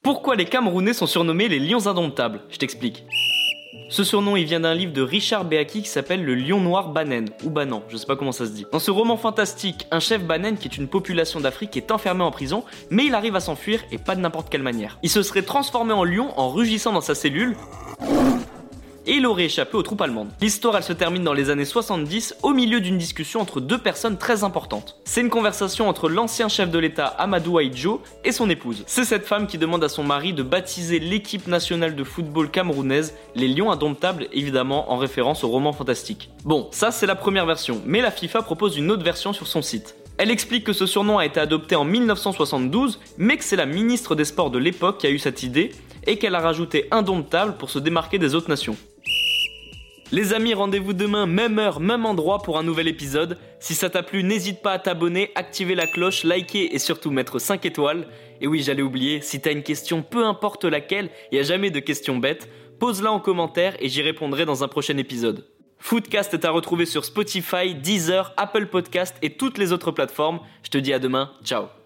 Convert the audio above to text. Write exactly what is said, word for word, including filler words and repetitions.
Pourquoi les Camerounais sont surnommés les lions indomptables ? Je t'explique. Ce surnom il vient d'un livre de Richard Beaki qui s'appelle Le Lion Noir Banen, ou Banan, je sais pas comment ça se dit. Dans ce roman fantastique, un chef Banen qui est une population d'Afrique est enfermé en prison, mais il arrive à s'enfuir et pas de n'importe quelle manière. Il se serait transformé en lion en rugissant dans sa cellule, et il aurait échappé aux troupes allemandes. L'histoire elle se termine dans les années soixante-dix au milieu d'une discussion entre deux personnes très importantes. C'est une conversation entre l'ancien chef de l'État Amadou Ahidjo et son épouse. C'est cette femme qui demande à son mari de baptiser l'équipe nationale de football camerounaise les Lions Indomptables, évidemment en référence au roman fantastique. Bon, ça c'est la première version, mais la FIFA propose une autre version sur son site. Elle explique que ce surnom a été adopté en mille neuf cent soixante-douze, mais que c'est la ministre des Sports de l'époque qui a eu cette idée et qu'elle a rajouté indomptable pour se démarquer des autres nations. Les amis, rendez-vous demain, même heure, même endroit pour un nouvel épisode. Si ça t'a plu, n'hésite pas à t'abonner, activer la cloche, liker et surtout mettre cinq étoiles. Et oui, j'allais oublier, si t'as une question, peu importe laquelle, il n'y a jamais de questions bêtes, pose-la en commentaire et j'y répondrai dans un prochain épisode. Footcast est à retrouver sur Spotify, Deezer, Apple Podcast et toutes les autres plateformes. Je te dis à demain, ciao.